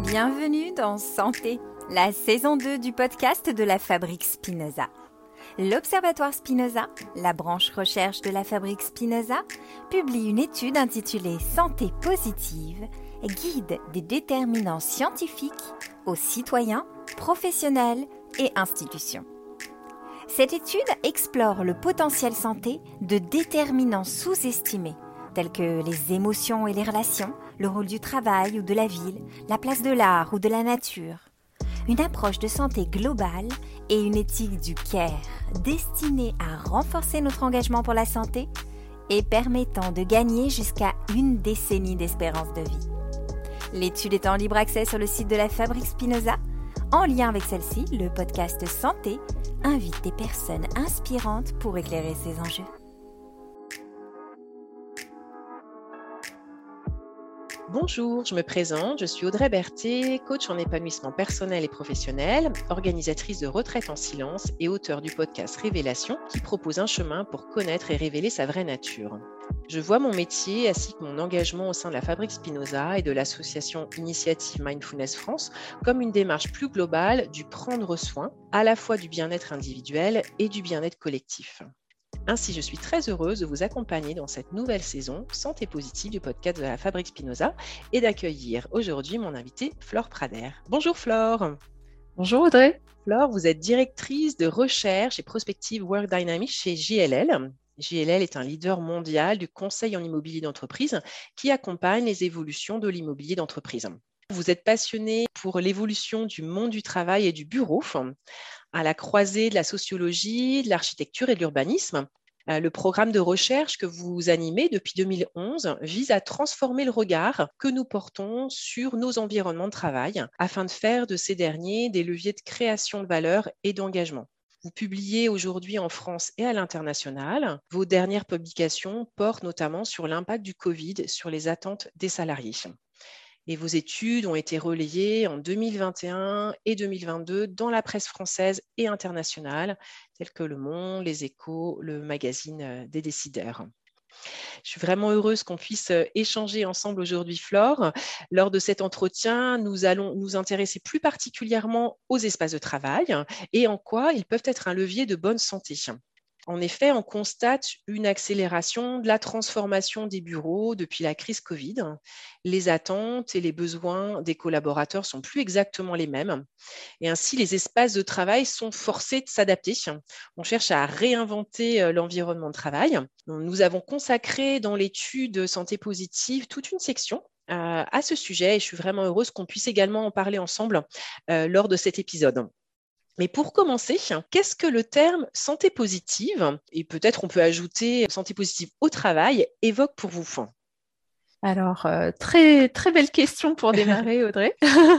Bienvenue dans Santé, la saison 2 du podcast de la Fabrique Spinoza. L'Observatoire Spinoza, la branche recherche de la Fabrique Spinoza, publie une étude intitulée Santé positive, guide des déterminants scientifiques aux citoyens, professionnels et institutions. Cette étude explore le potentiel santé de déterminants sous-estimés, tels que les émotions et les relations, le rôle du travail ou de la ville, la place de l'art ou de la nature. Une approche de santé globale et une éthique du care destinée à renforcer notre engagement pour la santé et permettant de gagner jusqu'à 1 décennie d'espérance de vie. L'étude est en libre accès sur le site de la Fabrique Spinoza. En lien avec celle-ci, le podcast Santé invite des personnes inspirantes pour éclairer ces enjeux. Bonjour, je me présente, je suis Audrey Berthet, coach en épanouissement personnel et professionnel, organisatrice de retraite en silence et auteure du podcast Révélation qui propose un chemin pour connaître et révéler sa vraie nature. Je vois mon métier ainsi que mon engagement au sein de la Fabrique Spinoza et de l'association Initiative Mindfulness France comme une démarche plus globale du prendre soin, à la fois du bien-être individuel et du bien-être collectif. Ainsi, je suis très heureuse de vous accompagner dans cette nouvelle saison Santé positive du podcast de la Fabrique Spinoza et d'accueillir aujourd'hui mon invitée Flore Prader. Bonjour Flore. Bonjour Audrey. Flore, vous êtes directrice de recherche et prospective Work Dynamics chez JLL. JLL est un leader mondial du conseil en immobilier d'entreprise qui accompagne les évolutions de l'immobilier d'entreprise. Vous êtes passionnée pour l'évolution du monde du travail et du bureau, à la croisée de la sociologie, de l'architecture et de l'urbanisme. Le programme de recherche que vous animez depuis 2011 vise à transformer le regard que nous portons sur nos environnements de travail afin de faire de ces derniers des leviers de création de valeur et d'engagement. Vous publiez aujourd'hui en France et à l'international. Vos dernières publications portent notamment sur l'impact du Covid sur les attentes des salariés. Et vos études ont été relayées en 2021 et 2022 dans la presse française et internationale, telles que Le Monde, Les Échos, le magazine des décideurs. Je suis vraiment heureuse qu'on puisse échanger ensemble aujourd'hui, Flore. Lors de cet entretien, nous allons nous intéresser plus particulièrement aux espaces de travail et en quoi ils peuvent être un levier de bonne santé. En effet, on constate une accélération de la transformation des bureaux depuis la crise Covid. Les attentes et les besoins des collaborateurs sont plus exactement les mêmes. Et ainsi, les espaces de travail sont forcés de s'adapter. On cherche à réinventer l'environnement de travail. Nous avons consacré dans l'étude Santé positive toute une section à ce sujet et je suis vraiment heureuse qu'on puisse également en parler ensemble lors de cet épisode. Mais pour commencer, qu'est-ce que le terme santé positive, et peut-être on peut ajouter santé positive au travail, évoque pour vous? Alors, très, très belle question pour démarrer, Audrey.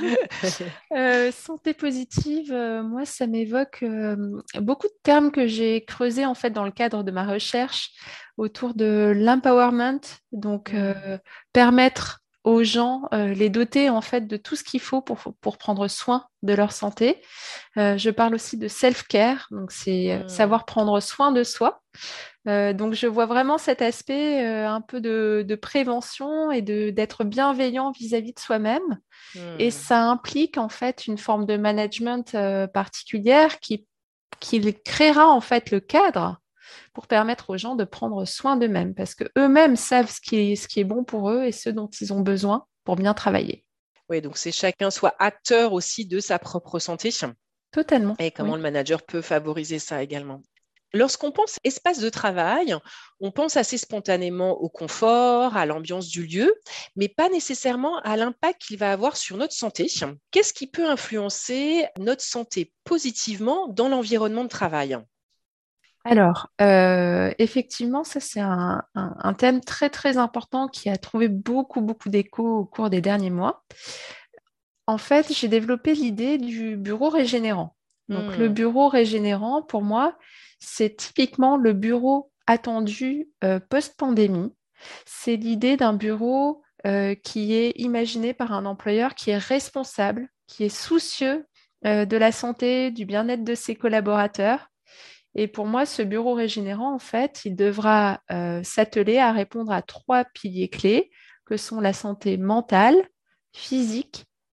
Santé positive, moi, ça m'évoque beaucoup de termes que j'ai creusés en fait dans le cadre de ma recherche autour de l'empowerment, donc permettre aux gens, les doter en fait de tout ce qu'il faut pour prendre soin de leur santé. Je parle aussi de self-care, donc c'est savoir prendre soin de soi. Donc, je vois vraiment cet aspect un peu de prévention et d'être bienveillant vis-à-vis de soi-même. Et ça implique en fait une forme de management particulière qui créera en fait le cadre pour permettre aux gens de prendre soin d'eux-mêmes parce qu'eux-mêmes savent ce qui est bon pour eux et ce dont ils ont besoin pour bien travailler. Oui, donc c'est chacun soit acteur aussi de sa propre santé. Totalement. Et comment le manager peut favoriser ça également. Lorsqu'on pense espace de travail, on pense assez spontanément au confort, à l'ambiance du lieu, mais pas nécessairement à l'impact qu'il va avoir sur notre santé. Qu'est-ce qui peut influencer notre santé positivement dans l'environnement de travail ? Alors, effectivement, ça c'est un thème très très important qui a trouvé beaucoup d'écho au cours des derniers mois. En fait, j'ai développé l'idée du bureau régénérant. Donc, le bureau régénérant, pour moi, c'est typiquement le bureau attendu post-pandémie. C'est l'idée d'un bureau qui est imaginé par un employeur qui est responsable, qui est soucieux de la santé, du bien-être de ses collaborateurs. Et pour moi, ce bureau régénérant, en fait, il devra s'atteler à répondre à 3 piliers clés, que sont la santé mentale, physique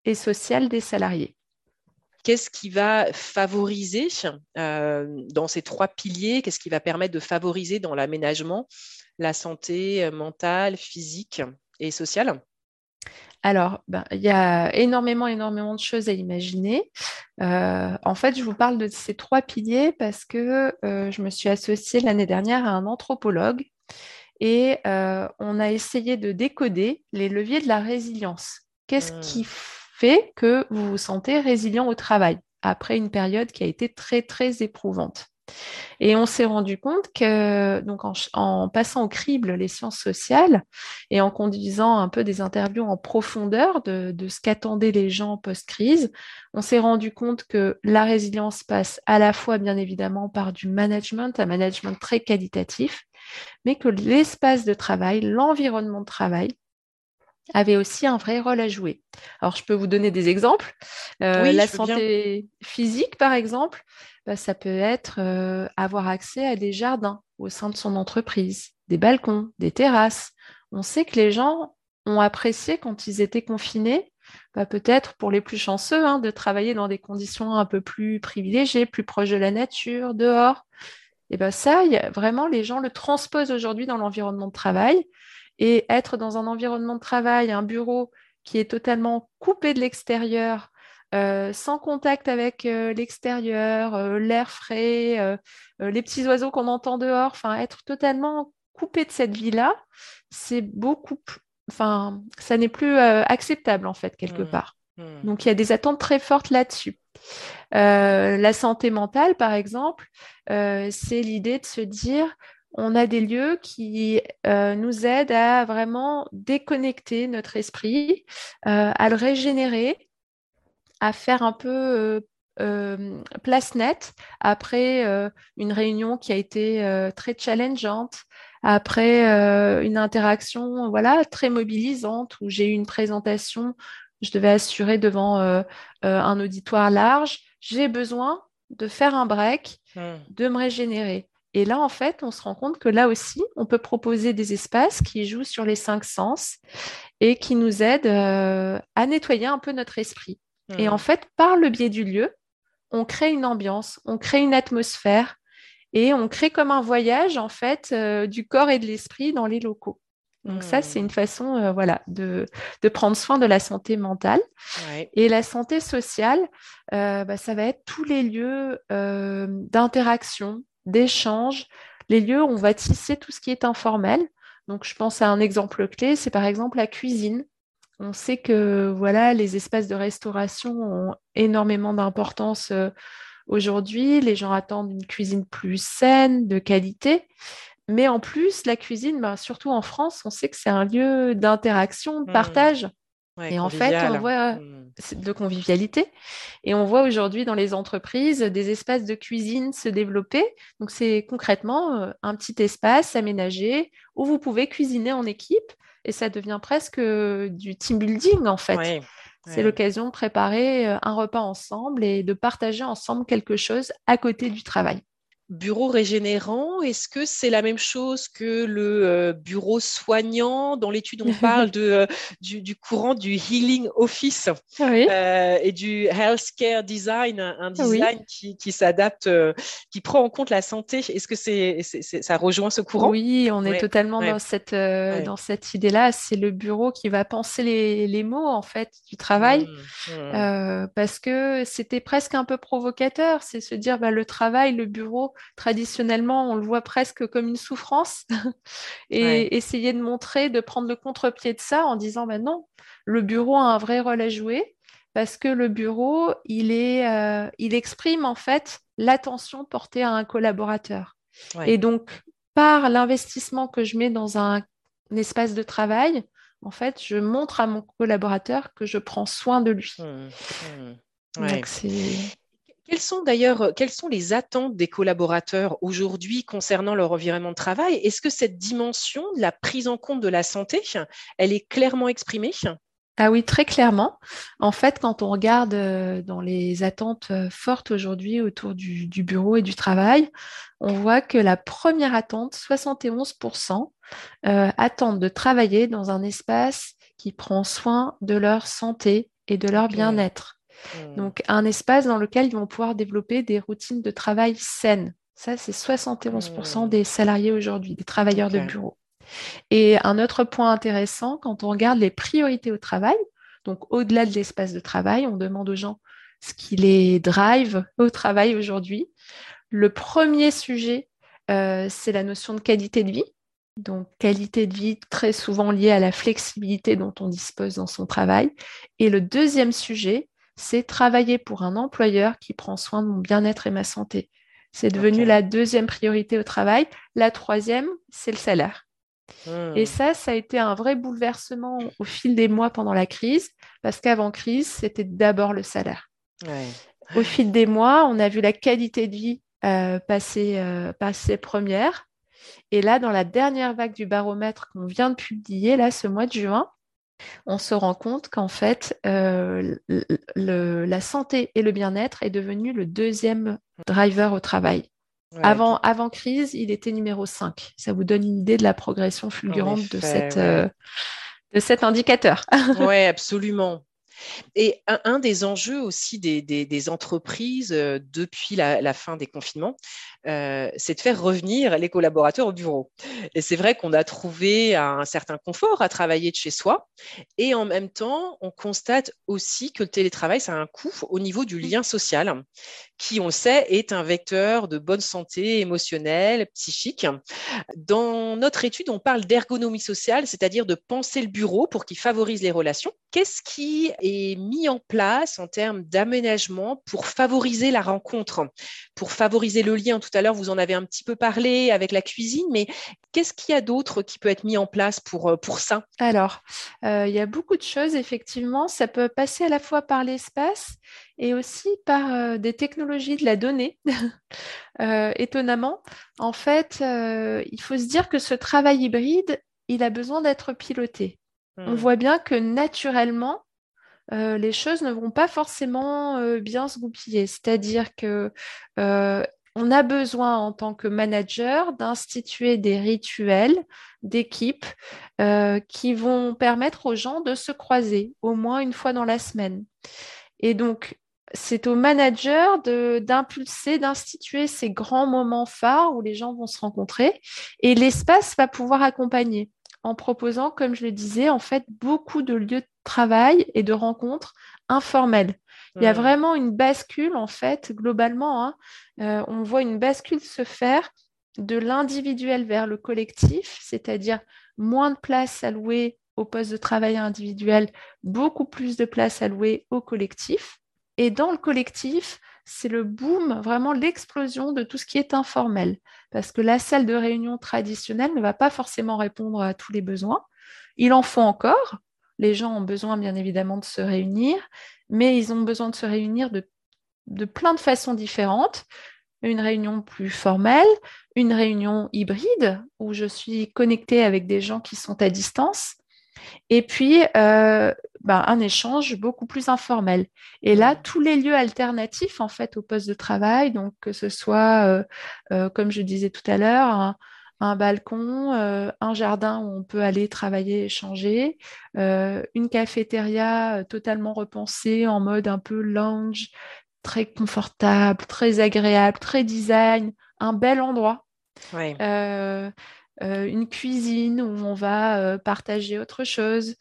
et social des salariés. Qu'est-ce qui va favoriser dans ces 3 piliers, qu'est-ce qui va permettre de favoriser dans l'aménagement la santé mentale, physique et sociale? Alors, il y a énormément de choses à imaginer. En fait, je vous parle de ces 3 piliers parce que je me suis associée l'année dernière à un anthropologue et on a essayé de décoder les leviers de la résilience. Qu'est-ce qui fait que vous vous sentez résilient au travail après une période qui a été très, très éprouvante? Et on s'est rendu compte que, donc en passant au crible les sciences sociales et en conduisant un peu des interviews en profondeur de ce qu'attendaient les gens post-crise, on s'est rendu compte que la résilience passe à la fois, bien évidemment, par du management, un management très qualitatif, mais que l'espace de travail, l'environnement de travail, avait aussi un vrai rôle à jouer. Alors, je peux vous donner des exemples. Oui, La je veux bien. santé physique, par exemple, ça peut être avoir accès à des jardins au sein de son entreprise, des balcons, des terrasses. On sait que les gens ont apprécié quand ils étaient confinés, peut-être pour les plus chanceux, de travailler dans des conditions un peu plus privilégiées, plus proches de la nature, dehors. Et ça, vraiment, les gens le transposent aujourd'hui dans l'environnement de travail. Et être dans un environnement de travail, un bureau qui est totalement coupé de l'extérieur, sans contact avec l'extérieur, l'air frais, les petits oiseaux qu'on entend dehors, enfin, être totalement coupé de cette vie-là, c'est ça n'est plus acceptable en fait quelque part. Donc il y a des attentes très fortes là-dessus. La santé mentale, par exemple, c'est l'idée de se dire on a des lieux qui nous aident à vraiment déconnecter notre esprit, à le régénérer, à faire un peu place nette après une réunion qui a été très challengeante, après une interaction voilà, très mobilisante où j'ai eu une présentation, je devais assurer devant un auditoire large. J'ai besoin de faire un break, de me régénérer. Et là, en fait, on se rend compte que là aussi, on peut proposer des espaces qui jouent sur les 5 sens et qui nous aident à nettoyer un peu notre esprit. Et en fait, par le biais du lieu, on crée une ambiance, on crée une atmosphère et on crée comme un voyage, en fait, du corps et de l'esprit dans les locaux. Donc ça, c'est une façon voilà, de prendre soin de la santé mentale. Ouais. Et la santé sociale, ça va être tous les lieux d'interaction, d'échange, les lieux où on va tisser tout ce qui est informel. Donc je pense à un exemple clé, c'est par exemple la cuisine. On sait que voilà, les espaces de restauration ont énormément d'importance aujourd'hui. Les gens attendent une cuisine plus saine, de qualité. Mais en plus, la cuisine, surtout en France, on sait que c'est un lieu d'interaction, de partage. Ouais, Et en fait, on convivial. voit de convivialité. Et on voit aujourd'hui dans les entreprises des espaces de cuisine se développer. Donc, c'est concrètement un petit espace aménagé où vous pouvez cuisiner en équipe. Et ça devient presque du team building, en fait. Ouais, C'est l'occasion de préparer un repas ensemble et de partager ensemble quelque chose à côté du travail. Bureau régénérant, est-ce que c'est la même chose que le bureau soignant? Dans l'étude, on parle du courant du healing office Oui, et du healthcare design, un oui. design qui s'adapte, qui prend en compte la santé. Est-ce que ça rejoint ce courant? Oui, on est Ouais, totalement ouais, ouais. dans cette idée-là. C'est le bureau qui va penser les mots, en fait, du travail. Parce que c'était presque un peu provocateur, c'est se dire le travail, le bureau, traditionnellement, on le voit presque comme une souffrance, Ouais. et essayer de montrer, de prendre le contre-pied de ça en disant non, le bureau a un vrai rôle à jouer, parce que le bureau, il exprime en fait l'attention portée à un collaborateur. Ouais. Et donc, par l'investissement que je mets dans un espace de travail, en fait, je montre à mon collaborateur que je prends soin de lui. Ouais. Donc, c'est... Quelles sont les attentes des collaborateurs aujourd'hui concernant leur environnement de travail? Est-ce que cette dimension de la prise en compte de la santé, elle est clairement exprimée? Ah oui, très clairement. En fait, quand on regarde dans les attentes fortes aujourd'hui autour du bureau et du travail, on voit que la première attente, 71%, attendent de travailler dans un espace qui prend soin de leur santé et de leur Ok. bien-être. Donc, un espace dans lequel ils vont pouvoir développer des routines de travail saines. Ça, c'est 71% des salariés aujourd'hui, des travailleurs de Ok. bureau. Et un autre point intéressant, quand on regarde les priorités au travail, donc au-delà de l'espace de travail, on demande aux gens ce qui les drive au travail aujourd'hui. Le premier sujet, c'est la notion de qualité de vie. Donc, qualité de vie très souvent liée à la flexibilité dont on dispose dans son travail. Et le deuxième sujet, c'est travailler pour un employeur qui prend soin de mon bien-être et ma santé. C'est devenu Ok. la deuxième priorité au travail. La troisième, c'est le salaire. Et Hmm. ça a été un vrai bouleversement au fil des mois pendant la crise, parce qu'avant crise, c'était d'abord le salaire. Ouais. Au fil des mois, on a vu la qualité de vie passer première. Et là, dans la dernière vague du baromètre qu'on vient de publier, là, ce mois de juin, on se rend compte qu'en fait, la santé et le bien-être est devenu le deuxième driver au travail. Ouais, Avant crise, il était numéro 5. Ça vous donne une idée de la progression en fulgurante effet, ouais. de cet indicateur. Ouais, absolument. Et un des enjeux aussi des entreprises depuis la fin des confinements, c'est de faire revenir les collaborateurs au bureau. Et c'est vrai qu'on a trouvé un certain confort à travailler de chez soi. Et en même temps, on constate aussi que le télétravail, ça a un coût au niveau du lien social, qui, on le sait, est un vecteur de bonne santé émotionnelle, psychique. Dans notre étude, on parle d'ergonomie sociale, c'est-à-dire de penser le bureau pour qu'il favorise les relations. Qu'est-ce qui est mis en place en termes d'aménagement pour favoriser la rencontre, pour favoriser le lien? Tout à l'heure, vous en avez un petit peu parlé avec la cuisine, mais qu'est-ce qu'il y a d'autre qui peut être mis en place pour ça? Alors, il y a beaucoup de choses, effectivement. Ça peut passer à la fois par l'espace et aussi par des technologies de la donnée. Étonnamment, en fait, il faut se dire que ce travail hybride, il a besoin d'être piloté. On Hmm. voit bien que naturellement, les choses ne vont pas forcément bien se goupiller. C'est-à-dire que euh, on a besoin en tant que manager d'instituer des rituels d'équipe qui vont permettre aux gens de se croiser au moins une fois dans la semaine. Et donc, c'est au manager d'impulser, d'instituer ces grands moments phares où les gens vont se rencontrer et l'espace va pouvoir accompagner en proposant, comme je le disais, en fait, beaucoup de lieux de travail et de rencontres informelles. Il y a Hmm. vraiment une bascule, en fait, globalement, hein. On voit une bascule se faire de l'individuel vers le collectif, c'est-à-dire moins de place allouée au poste de travail individuel, beaucoup plus de place allouée au collectif. Et dans le collectif, c'est le boom, vraiment l'explosion de tout ce qui est informel. Parce que la salle de réunion traditionnelle ne va pas forcément répondre à tous les besoins. Il en faut encore. Les gens ont besoin, bien évidemment, de se réunir, mais ils ont besoin de se réunir de plein de façons différentes. Une réunion plus formelle, une réunion hybride où je suis connectée avec des gens qui sont à distance, et puis un échange beaucoup plus informel. Et là, Hmm. tous les lieux alternatifs en fait au poste de travail, donc que ce soit, comme je disais tout à l'heure, un balcon, un jardin où on peut aller travailler, échanger, une cafétéria totalement repensée en mode un peu lounge, très confortable, très agréable, très design, un bel endroit. Ouais. Euh, une cuisine où on va partager autre chose.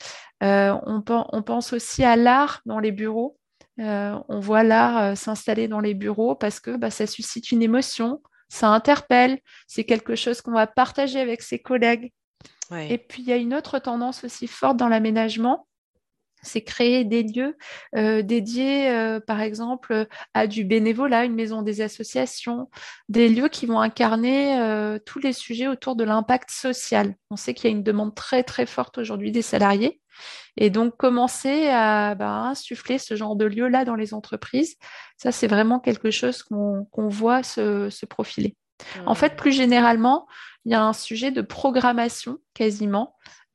On pense aussi à l'art dans les bureaux. On voit l'art s'installer dans les bureaux parce que ça suscite une émotion, ça interpelle, c'est quelque chose qu'on va partager avec ses collègues. Et Ouais. puis, il y a une autre tendance aussi forte dans l'aménagement, c'est créer des lieux dédiés, par exemple, à du bénévolat, une maison des associations, des lieux qui vont incarner tous les sujets autour de l'impact social. On sait qu'il y a une demande très, très forte aujourd'hui des salariés. Et donc, commencer à insuffler ce genre de lieu-là dans les entreprises, ça, c'est vraiment quelque chose qu'on voit se profiler. En fait, Hmm. plus généralement, il y a un sujet de programmation quasiment.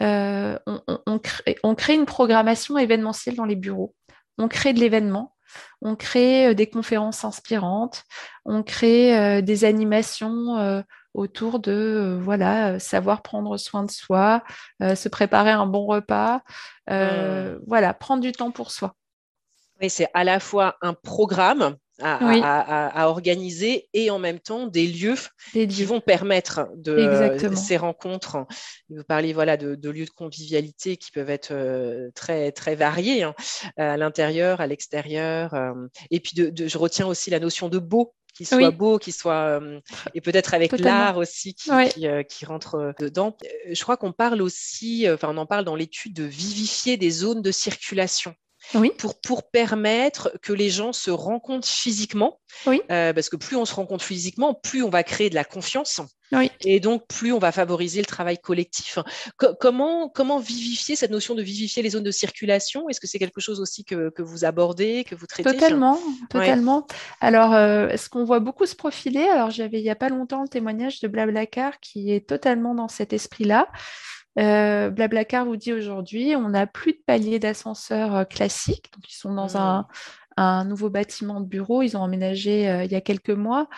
On crée une programmation événementielle dans les bureaux. On crée de l'événement, on crée des conférences inspirantes, on crée des animations autour de savoir prendre soin de soi, se préparer un bon repas, Hmm. prendre du temps pour soi. Oui, c'est à la fois un programme Oui, à organiser et en même temps des lieux des qui lieux. vont permettre de Exactement. ces rencontres. Vous parlez voilà, de lieux de convivialité qui peuvent être très, très variés, hein, à l'intérieur, à l'extérieur. Et puis, je retiens aussi la notion de beau, qu'il soit Oui, beau, qu'il soit, et peut-être avec totalement. l'art aussi Oui, qui rentre dedans. Je crois qu'on parle aussi, enfin on en parle dans l'étude de vivifier des zones de circulation oui, pour permettre que les gens se rencontrent physiquement, oui, parce que plus on se rencontre physiquement, plus on va créer de la confiance oui. et donc plus on va favoriser le travail collectif. Comment vivifier cette notion de vivifier les zones de circulation? Est-ce que c'est quelque chose aussi que vous abordez, que vous traitez? Totalement, Ouais. totalement. Alors, ce qu'on voit beaucoup se profiler, alors j'avais il n'y a pas longtemps le témoignage de Blablacar qui est totalement dans cet esprit-là. Blablacar vous dit aujourd'hui, on n'a plus de paliers d'ascenseur classiques. Donc, ils sont dans Mmh. un nouveau bâtiment de bureau. Ils ont emménagé il y a quelques mois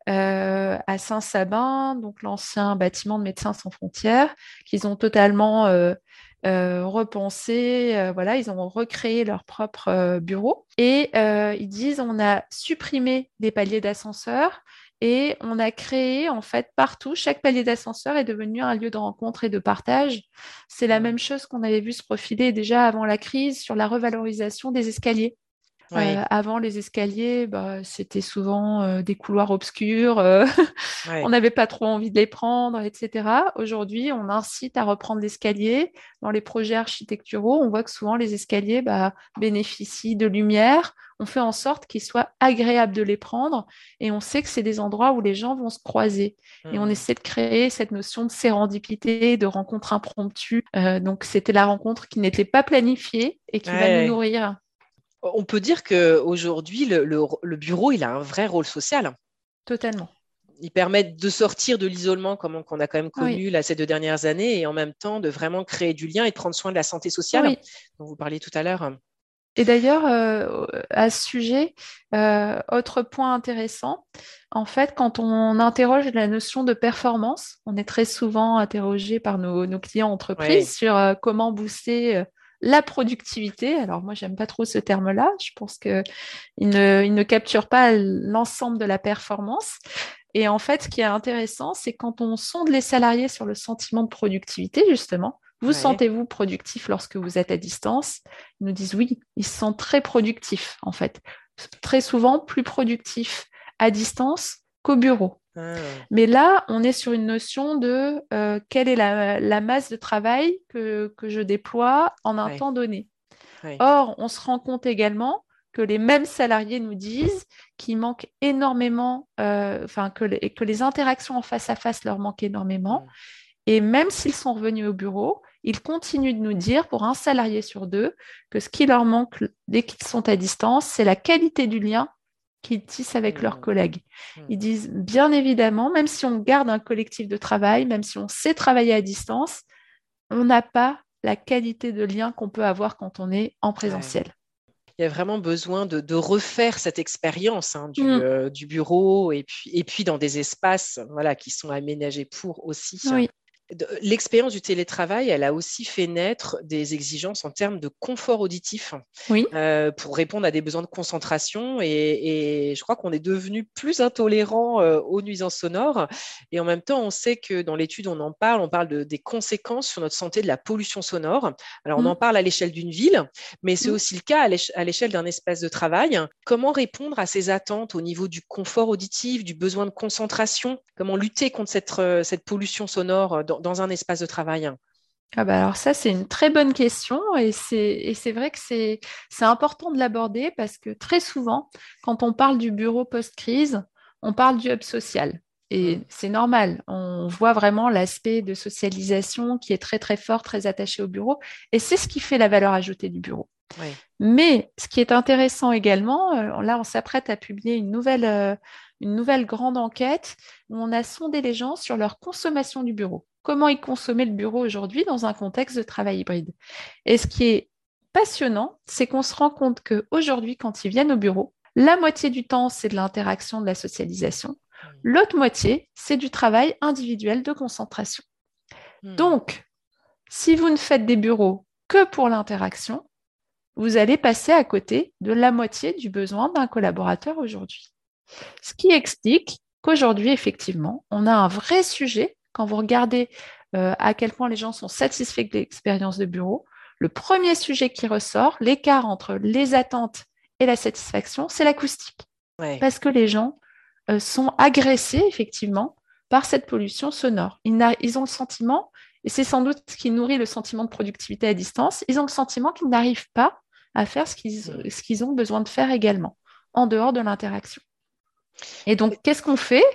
à Saint-Sabin, donc l'ancien bâtiment de Médecins sans frontières, qu'ils ont totalement repensé. Voilà, ils ont recréé leur propre bureau. Et ils disent, on a supprimé les paliers d'ascenseur. Et on a créé, en fait, partout, chaque palier d'ascenseur est devenu un lieu de rencontre et de partage. C'est la Mmh. même chose qu'on avait vu se profiler déjà avant la crise sur la revalorisation des escaliers. Oui, Avant, les escaliers, bah, c'était souvent des couloirs obscurs. On ouais. n'avait pas trop envie de les prendre, etc. Aujourd'hui, on incite à reprendre l'escalier. Dans les projets architecturaux, on voit que souvent les escaliers bénéficient de lumière. On fait en sorte qu'il soit agréable de les prendre et on sait que c'est des endroits où les gens vont se croiser. Et on Mmh. essaie de créer cette notion de sérendipité, de rencontre impromptue. Donc, c'était la rencontre qui n'était pas planifiée et Ouais, qui va nous ouais. nourrir On peut dire qu'aujourd'hui, le bureau, il a un vrai rôle social. totalement. Ils permettent de sortir de l'isolement qu'on a quand même Oui, connu là, ces 2 dernières années et en même temps de vraiment créer du lien et de prendre soin de la santé sociale oui. dont vous parliez tout à l'heure. Et d'ailleurs, à ce sujet, autre point intéressant, en fait, quand on interroge la notion de performance, on est très souvent interrogé par nos clients Oui, entreprises sur comment booster la productivité. Alors moi, j'aime pas trop ce terme-là. Je pense qu'il ne capture pas l'ensemble de la performance. Et en fait, ce qui est intéressant, c'est quand on sonde les salariés sur le sentiment de productivité, justement. Vous ouais. sentez-vous productif lorsque vous êtes à distance? Ils nous disent oui, ils se sentent très productifs, en fait. Très souvent, plus productifs à distance qu'au bureau. Ah, Mais là, on est sur une notion de quelle est la masse de travail que je déploie en un ouais, temps donné. ouais. Or, on se rend compte également que les mêmes salariés nous disent qu'il manque énormément, que les interactions en face à face leur manquent énormément. Mm, Et même s'ils sont revenus au bureau, ils continuent de nous dire, pour un salarié sur deux, que ce qui leur manque dès qu'ils sont à distance, c'est la qualité du lien qu'ils tissent avec leurs mm, collègues. Ils mm. disent, bien évidemment, même si on garde un collectif de travail, même si on sait travailler à distance, on n'a pas la qualité de lien qu'on peut avoir quand on est en Ouais. présentiel. Il y a vraiment besoin de refaire cette expérience, hein, Mm, du bureau et puis dans des espaces voilà, qui sont aménagés pour aussi. oui, L'expérience du télétravail, elle a aussi fait naître des exigences en termes de confort auditif oui, pour répondre à des besoins de concentration. Et je crois qu'on est devenu plus intolérant aux nuisances sonores. Et en même temps, on sait que dans l'étude, on parle des conséquences sur notre santé de la pollution sonore. Alors, on mm, en parle à l'échelle d'une ville, mais c'est mm. aussi le cas à l'échelle d'un espace de travail. Comment répondre à ces attentes au niveau du confort auditif, du besoin de concentration? Comment lutter contre cette pollution sonore dans un espace de travail? Ah bah alors ça, c'est une très bonne question et c'est vrai que c'est important de l'aborder parce que très souvent, quand on parle du bureau post-crise, on parle du hub social. Et Mm. c'est normal, on voit vraiment l'aspect de socialisation qui est très très fort, très attaché au bureau et c'est ce qui fait la valeur ajoutée du bureau. Ouais. Mais ce qui est intéressant également, là on s'apprête à publier une nouvelle grande enquête où on a sondé les gens sur leur consommation du bureau. Comment ils consommaient le bureau aujourd'hui dans un contexte de travail hybride. Et ce qui est passionnant, c'est qu'on se rend compte qu'aujourd'hui, quand ils viennent au bureau, la moitié du temps, c'est de l'interaction, de la socialisation. L'autre moitié, c'est du travail individuel de concentration. Mm. Donc, si vous ne faites des bureaux que pour l'interaction, vous allez passer à côté de la moitié du besoin d'un collaborateur aujourd'hui. Ce qui explique qu'aujourd'hui, effectivement, on a un vrai sujet. Quand vous regardez à quel point les gens sont satisfaits de l'expérience de bureau, le premier sujet qui ressort, l'écart entre les attentes et la satisfaction, c'est l'acoustique. Ouais. Parce que les gens sont agressés, effectivement, par cette pollution sonore. Ils ont le sentiment, et c'est sans doute ce qui nourrit le sentiment de productivité à distance, ils ont le sentiment qu'ils n'arrivent pas à faire ce qu'ils ont besoin de faire également, en dehors de l'interaction. Et donc, qu'est-ce qu'on fait?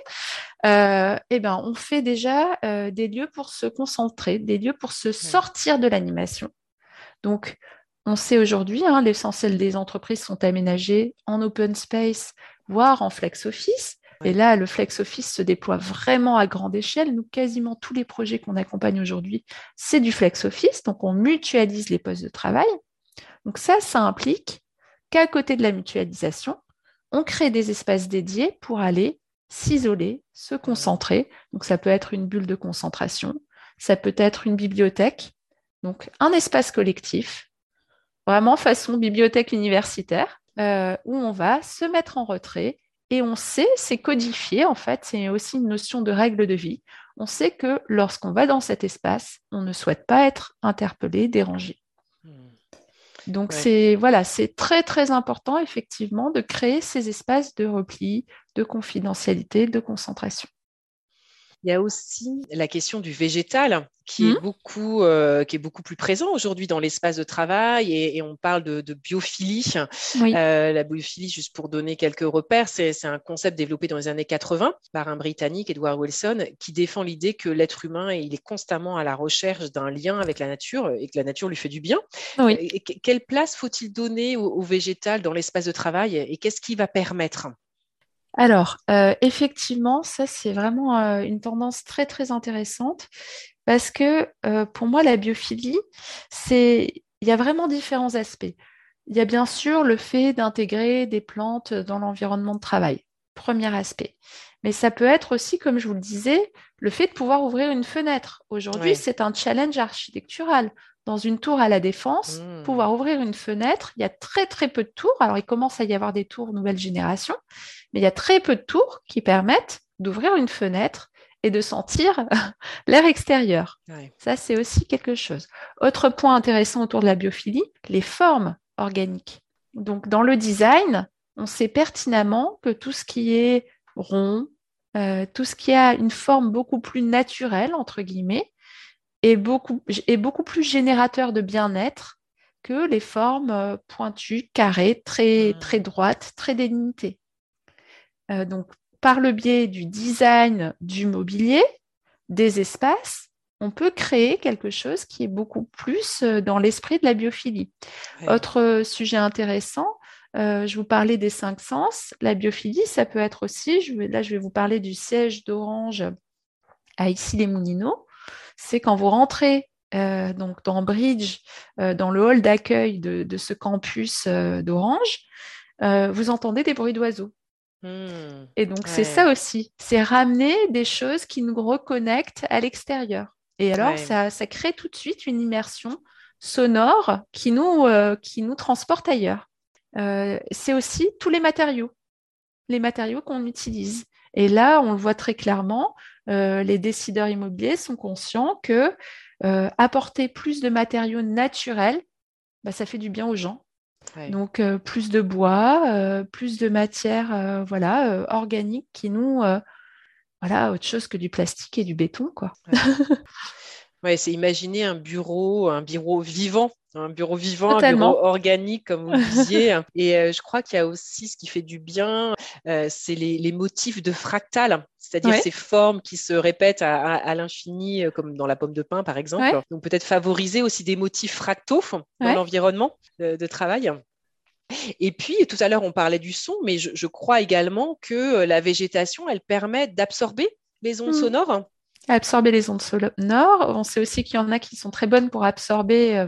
On fait déjà des lieux pour se concentrer, des lieux pour se sortir de l'animation. Donc, on sait aujourd'hui, l'essentiel des entreprises sont aménagées en open space, voire en flex office. Et là, le flex office se déploie vraiment à grande échelle. Nous, quasiment tous les projets qu'on accompagne aujourd'hui, c'est du flex office. Donc, on mutualise les postes de travail. Donc, ça implique qu'à côté de la mutualisation, on crée des espaces dédiés pour aller s'isoler, se concentrer. Donc, ça peut être une bulle de concentration, ça peut être une bibliothèque, donc un espace collectif, vraiment façon bibliothèque universitaire, où on va se mettre en retrait et on sait, c'est codifié en fait, c'est aussi une notion de règle de vie. On sait que lorsqu'on va dans cet espace, on ne souhaite pas être interpellé, dérangé. Donc, c'est très, très important, effectivement, de créer ces espaces de repli, de confidentialité, de concentration. Il y a aussi la question du végétal qui est beaucoup plus présent aujourd'hui dans l'espace de travail et on parle de biophilie. Oui. La biophilie, juste pour donner quelques repères, c'est un concept développé dans les années 80 par un Britannique, Edward Wilson, qui défend l'idée que l'être humain, il est constamment à la recherche d'un lien avec la nature et que la nature lui fait du bien. Oui. Quelle place faut-il donner au végétal dans l'espace de travail et qu'est-ce qui va permettre ? Alors, effectivement, ça, c'est vraiment une tendance très, très intéressante parce que pour moi, la biophilie, il y a vraiment différents aspects. Il y a bien sûr le fait d'intégrer des plantes dans l'environnement de travail, premier aspect. Mais ça peut être aussi, comme je vous le disais, le fait de pouvoir ouvrir une fenêtre. Aujourd'hui, c'est un challenge architectural. Dans une tour à la Défense, pouvoir ouvrir une fenêtre, il y a très, très peu de tours. Alors, il commence à y avoir des tours nouvelle génération, mais il y a très peu de tours qui permettent d'ouvrir une fenêtre et de sentir l'air extérieur. Ça, c'est aussi quelque chose. Autre point intéressant autour de la biophilie, les formes organiques. Donc, dans le design, on sait pertinemment que tout ce qui est rond, tout ce qui a une forme beaucoup plus naturelle, entre guillemets, est beaucoup plus générateur de bien-être que les formes pointues, carrées, très, très droites, très délimitées. Donc, par le biais du design du mobilier, des espaces, on peut créer quelque chose qui est beaucoup plus dans l'esprit de la biophilie. Autre sujet intéressant, je vous parlais des 5 sens. La biophilie, ça peut être aussi, je vais vous parler du siège d'Orange à Issy-les-Moulineaux. C'est quand vous rentrez donc dans Bridge, dans le hall d'accueil de ce campus d'Orange, vous entendez des bruits d'oiseaux. Et donc, c'est ça aussi, c'est ramener des choses qui nous reconnectent à l'extérieur. Et alors, ça crée tout de suite une immersion sonore qui nous transporte ailleurs. C'est aussi tous les matériaux qu'on utilise. Et là, on le voit très clairement, les décideurs immobiliers sont conscients que apporter plus de matériaux naturels, ça fait du bien aux gens. Donc, plus de bois, plus de matière organique qui nous... autre chose que du plastique et du béton, quoi. C'est imaginer un bureau vivant. Totalement. Un bureau organique, comme vous le disiez. Et je crois qu'il y a aussi ce qui fait du bien, c'est les motifs de fractal, c'est-à-dire ces formes qui se répètent à l'infini, comme dans la pomme de pin, par exemple. Donc peut-être favoriser aussi des motifs fractaux dans l'environnement de travail. Et puis, tout à l'heure, on parlait du son, mais je crois également que la végétation, elle permet d'absorber les ondes sonores. Absorber les ondes sonores. On sait aussi qu'il y en a qui sont très bonnes pour absorber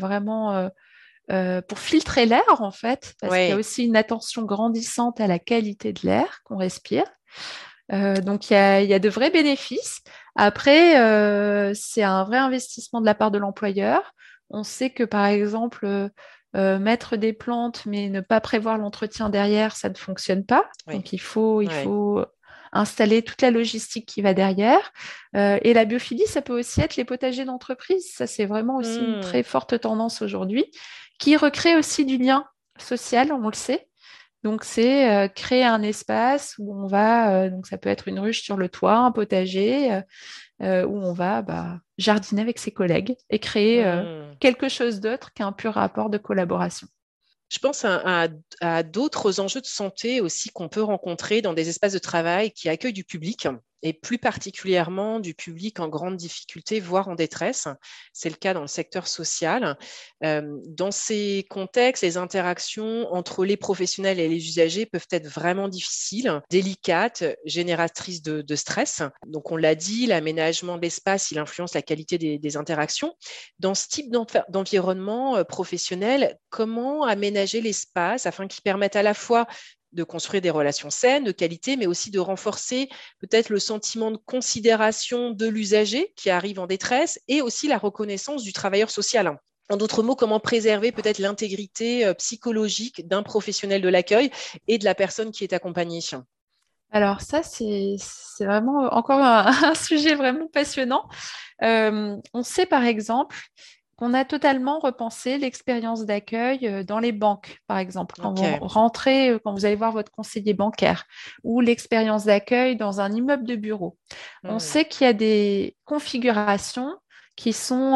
pour filtrer l'air, en fait, parce qu'il y a aussi une attention grandissante à la qualité de l'air qu'on respire. Donc, il y a de vrais bénéfices. Après, c'est un vrai investissement de la part de l'employeur. On sait que, par exemple, mettre des plantes, mais ne pas prévoir l'entretien derrière, ça ne fonctionne pas. Oui. Donc, il faut Ouais. installer toute la logistique qui va derrière. Et la biophilie, ça peut aussi être les potagers d'entreprise. Ça, c'est vraiment aussi une très forte tendance aujourd'hui, qui recrée aussi du lien social, on le sait. Donc, c'est créer un espace où on va, donc ça peut être une ruche sur le toit, un potager, où on va jardiner avec ses collègues et créer quelque chose d'autre qu'un pur rapport de collaboration. Je pense à d'autres enjeux de santé aussi qu'on peut rencontrer dans des espaces de travail qui accueillent du public et plus particulièrement du public en grande difficulté, voire en détresse. C'est le cas dans le secteur social. Dans ces contextes, les interactions entre les professionnels et les usagers peuvent être vraiment difficiles, délicates, génératrices de stress. Donc, on l'a dit, l'aménagement de l'espace, il influence la qualité des interactions. Dans ce type d'environnement professionnel, comment aménager l'espace afin qu'il permette à la fois de construire des relations saines, de qualité, mais aussi de renforcer peut-être le sentiment de considération de l'usager qui arrive en détresse et aussi la reconnaissance du travailleur social. En d'autres mots, comment préserver peut-être l'intégrité psychologique d'un professionnel de l'accueil et de la personne qui est accompagnée? Alors ça, c'est vraiment encore un sujet vraiment passionnant. On sait par exemple qu'on a totalement repensé l'expérience d'accueil dans les banques, par exemple, quand vous rentrez, quand vous allez voir votre conseiller bancaire, ou l'expérience d'accueil dans un immeuble de bureau. On sait qu'il y a des configurations qui sont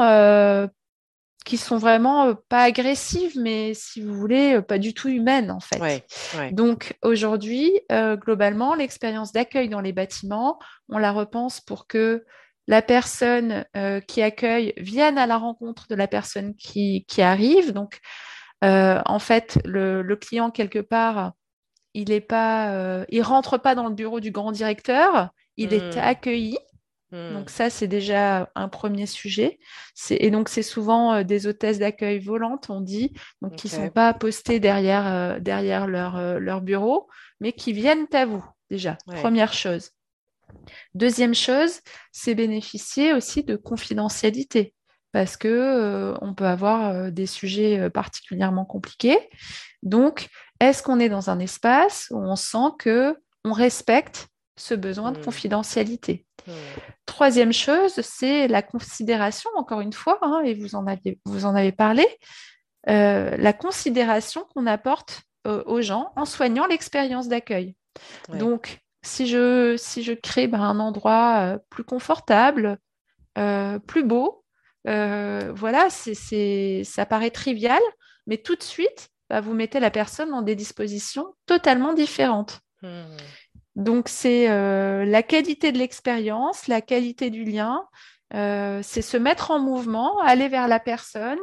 vraiment pas agressives, mais si vous voulez, pas du tout humaines en fait. Ouais. Donc aujourd'hui, globalement, l'expérience d'accueil dans les bâtiments, on la repense pour que la personne qui accueille vienne à la rencontre de la personne qui arrive. Donc en fait, le client quelque part, il rentre pas dans le bureau du grand directeur, il est accueilli. Donc ça, c'est déjà un premier sujet. Et donc, c'est souvent des hôtesses d'accueil volantes, on dit, donc qui ne sont pas postées derrière leur bureau, mais qui viennent à vous, déjà. Première chose. Deuxième chose, c'est bénéficier aussi de confidentialité, parce que on peut avoir des sujets particulièrement compliqués. Donc, est-ce qu'on est dans un espace où on sent que on respecte ce besoin de confidentialité? Troisième chose, c'est la considération, encore une fois, et vous en avez parlé, la considération qu'on apporte aux gens en soignant l'expérience d'accueil. Donc, si je crée un endroit plus confortable, plus beau, voilà, ça paraît trivial, mais tout de suite, vous mettez la personne dans des dispositions totalement différentes. Donc, c'est la qualité de l'expérience, la qualité du lien, c'est se mettre en mouvement, aller vers la personne,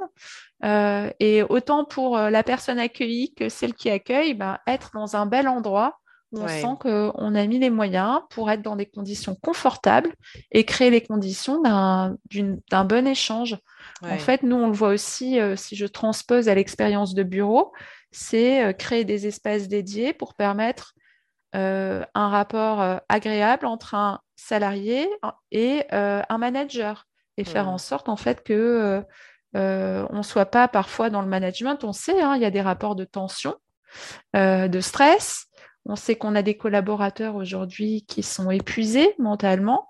et autant pour la personne accueillie que celle qui accueille, être dans un bel endroit où on sent qu'on a mis les moyens pour être dans des conditions confortables et créer les conditions d'un bon échange. En fait, nous, on le voit aussi, si je transpose à l'expérience de bureau, c'est créer des espaces dédiés pour permettre un rapport agréable entre un salarié et un manager et faire en sorte en fait que on ne soit pas parfois dans le management. On sait, il y a des rapports de tension, de stress. On sait qu'on a des collaborateurs aujourd'hui qui sont épuisés mentalement.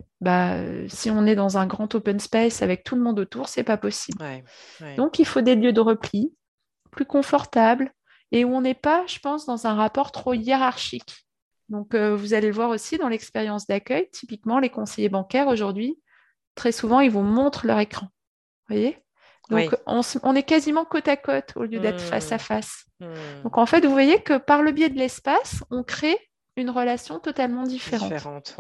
Si on est dans un grand open space avec tout le monde autour, c'est pas possible. Donc, il faut des lieux de repli plus confortables et où on n'est pas, je pense, dans un rapport trop hiérarchique. Donc, vous allez le voir aussi dans l'expérience d'accueil. Typiquement, les conseillers bancaires aujourd'hui, très souvent, ils vous montrent leur écran. Vous voyez ? Donc, on est quasiment côte à côte au lieu d'être face à face. Donc, en fait, vous voyez que par le biais de l'espace, on crée une relation totalement différente.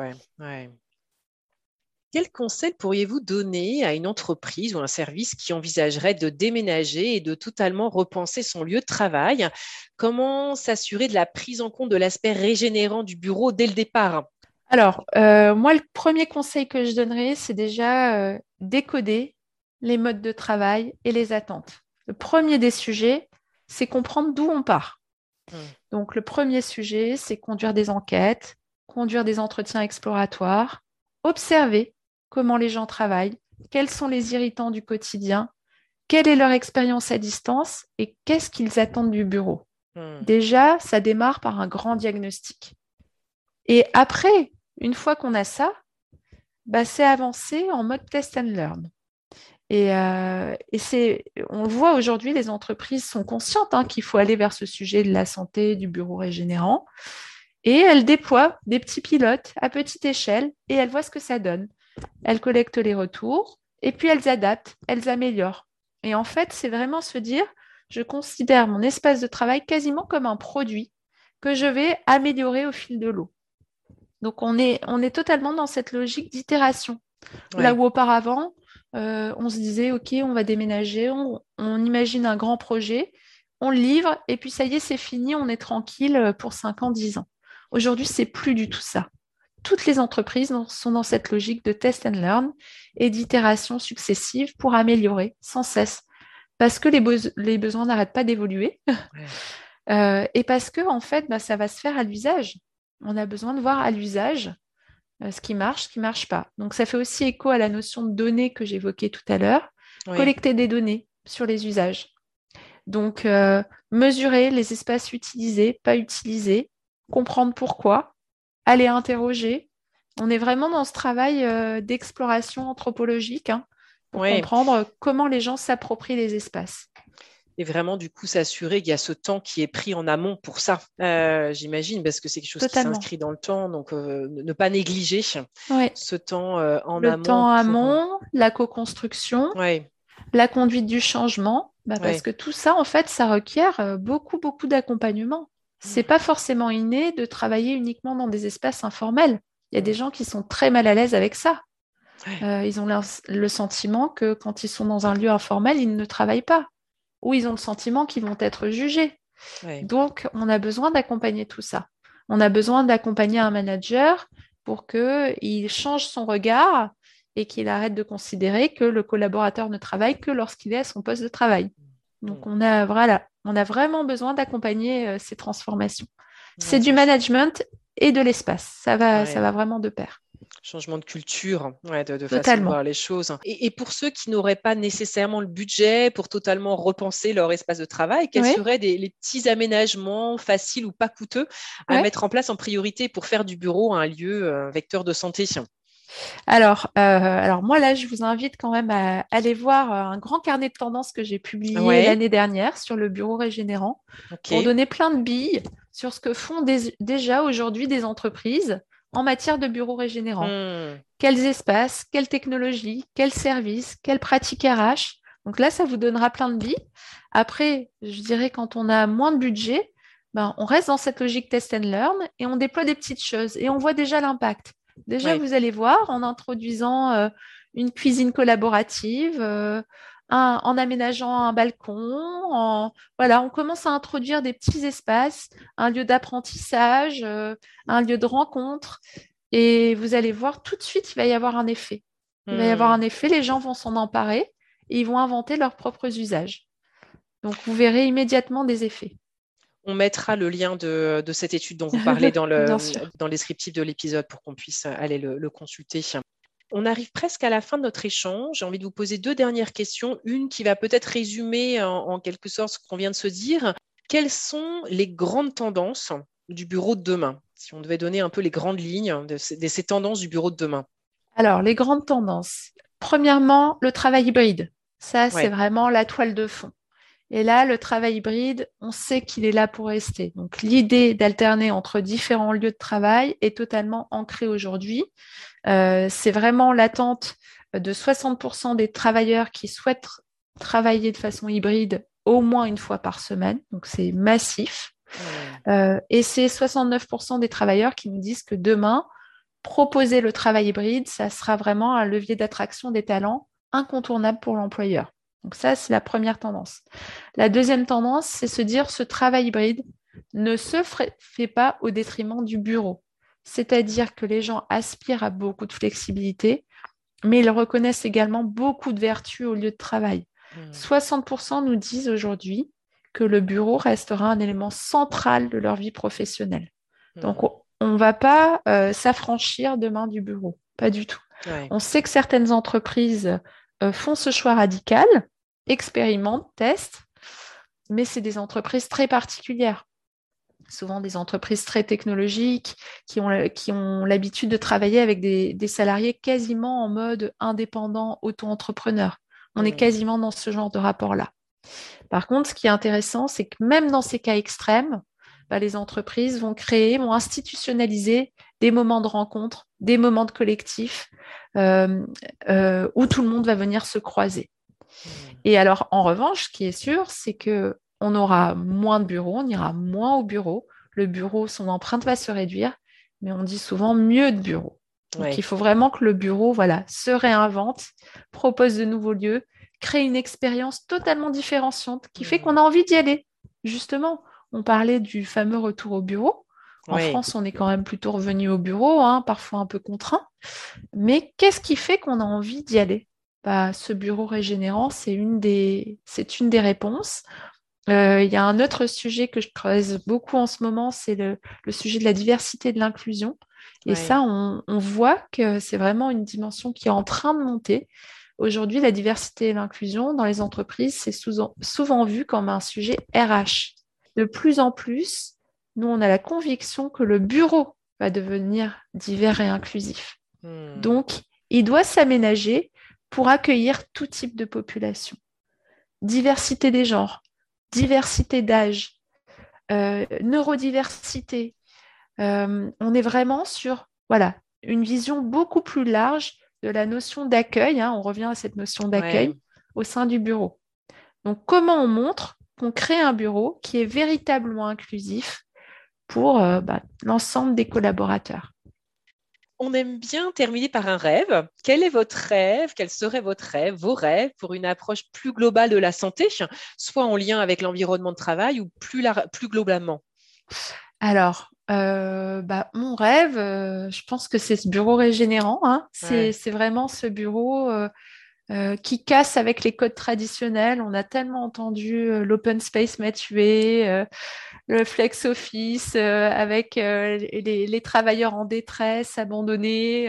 Quel conseil pourriez-vous donner à une entreprise ou un service qui envisagerait de déménager et de totalement repenser son lieu de travail? Comment s'assurer de la prise en compte de l'aspect régénérant du bureau dès le départ? Alors, moi, le premier conseil que je donnerais, c'est déjà décoder les modes de travail et les attentes. Le premier des sujets, c'est comprendre d'où on part. Donc, le premier sujet, c'est conduire des enquêtes, conduire des entretiens exploratoires, observer comment les gens travaillent, quels sont les irritants du quotidien, quelle est leur expérience à distance et qu'est-ce qu'ils attendent du bureau. Déjà, ça démarre par un grand diagnostic. Et après, une fois qu'on a ça, c'est avancer en mode test and learn. Et on le voit aujourd'hui, les entreprises sont conscientes qu'il faut aller vers ce sujet de la santé, du bureau régénérant. Et elles déploient des petits pilotes à petite échelle et elles voient ce que ça donne. Elles collectent les retours et puis elles adaptent, elles améliorent. Et en fait, c'est vraiment se dire, je considère mon espace de travail quasiment comme un produit que je vais améliorer au fil de l'eau. Donc, on est totalement dans cette logique d'itération. Ouais. Là où auparavant, on se disait, OK, on va déménager, on imagine un grand projet, on le livre, et puis ça y est, c'est fini, on est tranquille pour 5 ans, 10 ans. Aujourd'hui, c'est plus du tout ça. Toutes les entreprises sont dans cette logique de test and learn et d'itération successive pour améliorer sans cesse. Parce que les besoins n'arrêtent pas d'évoluer. Ouais. Et parce que, en fait, ça va se faire à l'usage. On a besoin de voir à l'usage ce qui marche pas. Donc, ça fait aussi écho à la notion de données que j'évoquais tout à l'heure. Oui. Collecter des données sur les usages. Donc, mesurer les espaces utilisés, pas utilisés, comprendre pourquoi, aller interroger. On est vraiment dans ce travail d'exploration anthropologique pour comprendre comment les gens s'approprient les espaces. Et vraiment, du coup, s'assurer qu'il y a ce temps qui est pris en amont pour ça, j'imagine, parce que c'est quelque chose Totalement. Qui s'inscrit dans le temps. Donc, ne pas négliger ce temps en le amont. Le temps amont, la co-construction, la conduite du changement, parce que tout ça, en fait, ça requiert beaucoup, beaucoup d'accompagnement. C'est pas forcément inné de travailler uniquement dans des espaces informels. Il y a des gens qui sont très mal à l'aise avec ça. Ils ont le sentiment que quand ils sont dans un lieu informel, ils ne travaillent pas. Ou ils ont le sentiment qu'ils vont être jugés. Donc, on a besoin d'accompagner tout ça. On a besoin d'accompagner un manager pour qu'il change son regard et qu'il arrête de considérer que le collaborateur ne travaille que lorsqu'il est à son poste de travail. Donc, on a vraiment besoin d'accompagner ces transformations. C'est du management et de l'espace. Ça va vraiment de pair. Changement de culture, de façon de voir les choses. Et pour ceux qui n'auraient pas nécessairement le budget pour totalement repenser leur espace de travail, quels seraient les petits aménagements faciles ou pas coûteux à mettre en place en priorité pour faire du bureau un lieu vecteur de santé? Alors moi, là, je vous invite quand même à aller voir un grand carnet de tendances que j'ai publié l'année dernière sur le bureau régénérant pour donner plein de billes sur ce que font déjà aujourd'hui des entreprises en matière de bureau régénérant. Quels espaces, quelles technologies, quels services, quelles pratiques RH. Donc là, ça vous donnera plein de billes. Après, je dirais quand on a moins de budget, on reste dans cette logique test and learn et on déploie des petites choses et on voit déjà l'impact. Déjà, vous allez voir en introduisant une cuisine collaborative, en aménageant un balcon, on commence à introduire des petits espaces, un lieu d'apprentissage, un lieu de rencontre, et vous allez voir tout de suite, il va y avoir un effet. Il va y avoir un effet, les gens vont s'en emparer et ils vont inventer leurs propres usages. Donc, vous verrez immédiatement des effets. On mettra le lien de cette étude dont vous parlez dans le descriptif de l'épisode pour qu'on puisse aller le consulter. On arrive presque à la fin de notre échange. J'ai envie de vous poser 2 dernières questions. Une qui va peut-être résumer en quelque sorte ce qu'on vient de se dire. Quelles sont les grandes tendances du bureau de demain? Si on devait donner un peu les grandes lignes de ces tendances du bureau de demain. Alors, les grandes tendances. Premièrement, le travail hybride. Ça, c'est vraiment la toile de fond. Et là, le travail hybride, on sait qu'il est là pour rester. Donc, l'idée d'alterner entre différents lieux de travail est totalement ancrée aujourd'hui. C'est vraiment l'attente de 60% des travailleurs qui souhaitent travailler de façon hybride au moins une fois par semaine. Donc, c'est massif. Et c'est 69% des travailleurs qui nous disent que demain, proposer le travail hybride, ça sera vraiment un levier d'attraction des talents incontournable pour l'employeur. Donc ça, c'est la première tendance. La deuxième tendance, c'est se dire ce travail hybride ne se fait pas au détriment du bureau. C'est-à-dire que les gens aspirent à beaucoup de flexibilité, mais ils reconnaissent également beaucoup de vertus au lieu de travail. 60% nous disent aujourd'hui que le bureau restera un élément central de leur vie professionnelle. Donc, on ne va pas s'affranchir demain du bureau, pas du tout. Ouais. On sait que certaines entreprises font ce choix radical, expérimentent, testent, mais c'est des entreprises très particulières. Souvent des entreprises très technologiques qui ont l'habitude de travailler avec des salariés quasiment en mode indépendant, auto-entrepreneur. On est quasiment dans ce genre de rapport-là. Par contre, ce qui est intéressant, c'est que même dans ces cas extrêmes, les entreprises vont institutionnaliser des moments de rencontre, des moments de collectif où tout le monde va venir se croiser. Et alors, en revanche, ce qui est sûr, c'est qu'on aura moins de bureaux, on ira moins au bureau. Le bureau, son empreinte va se réduire, mais on dit souvent mieux de bureau. Donc, il faut vraiment que le bureau se réinvente, propose de nouveaux lieux, crée une expérience totalement différenciante qui fait qu'on a envie d'y aller. Justement, on parlait du fameux retour au bureau. En France, on est quand même plutôt revenu au bureau, parfois un peu contraint. Mais qu'est-ce qui fait qu'on a envie d'y aller ? Ce bureau régénérant, c'est une des réponses. Il y a un autre sujet que je creuse beaucoup en ce moment, c'est le sujet de la diversité et de l'inclusion. Et ça, on voit que c'est vraiment une dimension qui est en train de monter. Aujourd'hui, la diversité et l'inclusion dans les entreprises, c'est souvent vu comme un sujet RH. De plus en plus, nous, on a la conviction que le bureau va devenir divers et inclusif. Donc, il doit s'aménager pour accueillir tout type de population. Diversité des genres, diversité d'âge, neurodiversité. On est vraiment sur une vision beaucoup plus large de la notion d'accueil. On revient à cette notion d'accueil au sein du bureau. Donc, comment on montre qu'on crée un bureau qui est véritablement inclusif pour l'ensemble des collaborateurs? On aime bien terminer par un rêve. Quel est votre rêve ? Quel serait votre rêve, vos rêves pour une approche plus globale de la santé, soit en lien avec l'environnement de travail ou plus globalement ? Alors, mon rêve, je pense que c'est ce bureau régénérant. C'est vraiment ce bureau qui casse avec les codes traditionnels. On a tellement entendu l'open space matué, le flex office avec les travailleurs en détresse, abandonnés.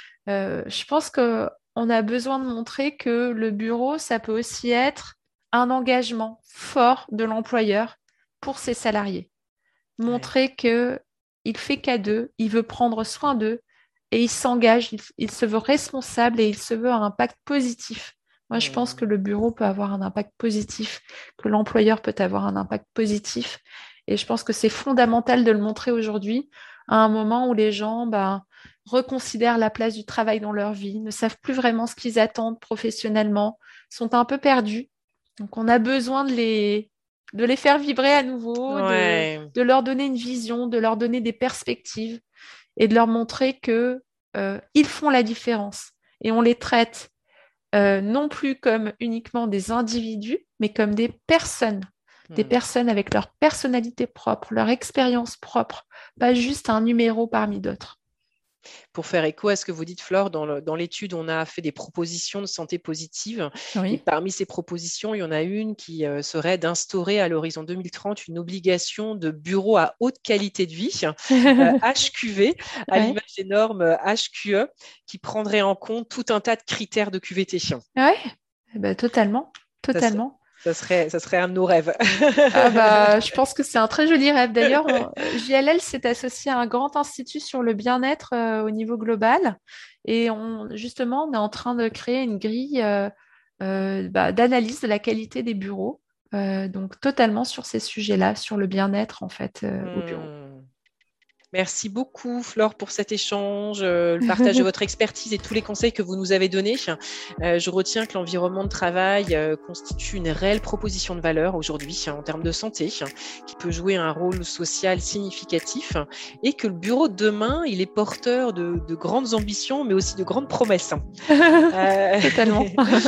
Je pense qu'on a besoin de montrer que le bureau, ça peut aussi être un engagement fort de l'employeur pour ses salariés. Montrer qu'il fait qu'à deux, il veut prendre soin d'eux et il s'engage, il se veut responsable et il se veut un impact positif. Moi, je pense que le bureau peut avoir un impact positif, que l'employeur peut avoir un impact positif. Et je pense que c'est fondamental de le montrer aujourd'hui, à un moment où les gens reconsidèrent la place du travail dans leur vie, ne savent plus vraiment ce qu'ils attendent professionnellement, sont un peu perdus. Donc, on a besoin de les faire vibrer à nouveau, de leur donner une vision, de leur donner des perspectives et de leur montrer qu'ils font la différence. Et on les traite non plus comme uniquement des individus, mais comme des personnes avec leur personnalité propre, leur expérience propre, pas juste un numéro parmi d'autres. Pour faire écho à ce que vous dites, Flore, dans l'étude, on a fait des propositions de santé positive. Et parmi ces propositions, il y en a une qui serait d'instaurer à l'horizon 2030 une obligation de bureau à haute qualité de vie, HQV, à l'image des normes HQE, qui prendrait en compte tout un tas de critères de QVT. Oui, totalement. Ça serait un de nos rêves. Je pense que c'est un très joli rêve. D'ailleurs, JLL s'est associé à un grand institut sur le bien-être au niveau global. Et justement, on est en train de créer une grille d'analyse de la qualité des bureaux. Donc, totalement sur ces sujets-là, sur le bien-être, en fait, au bureau. Merci beaucoup, Flore, pour cet échange, le partage de votre expertise et tous les conseils que vous nous avez donnés. Je retiens que l'environnement de travail constitue une réelle proposition de valeur aujourd'hui en termes de santé, qui peut jouer un rôle social significatif et que le bureau de demain, il est porteur de grandes ambitions, mais aussi de grandes promesses. Totalement.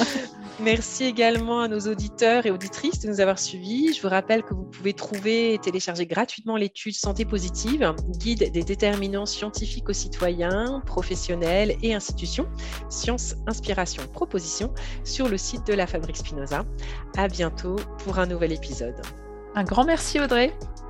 Merci également à nos auditeurs et auditrices de nous avoir suivis. Je vous rappelle que vous pouvez trouver et télécharger gratuitement l'étude Santé positive, guide des déterminants scientifiques aux citoyens, professionnels et institutions, sciences, inspiration, propositions, sur le site de la Fabrique Spinoza. À bientôt pour un nouvel épisode. Un grand merci, Audrey.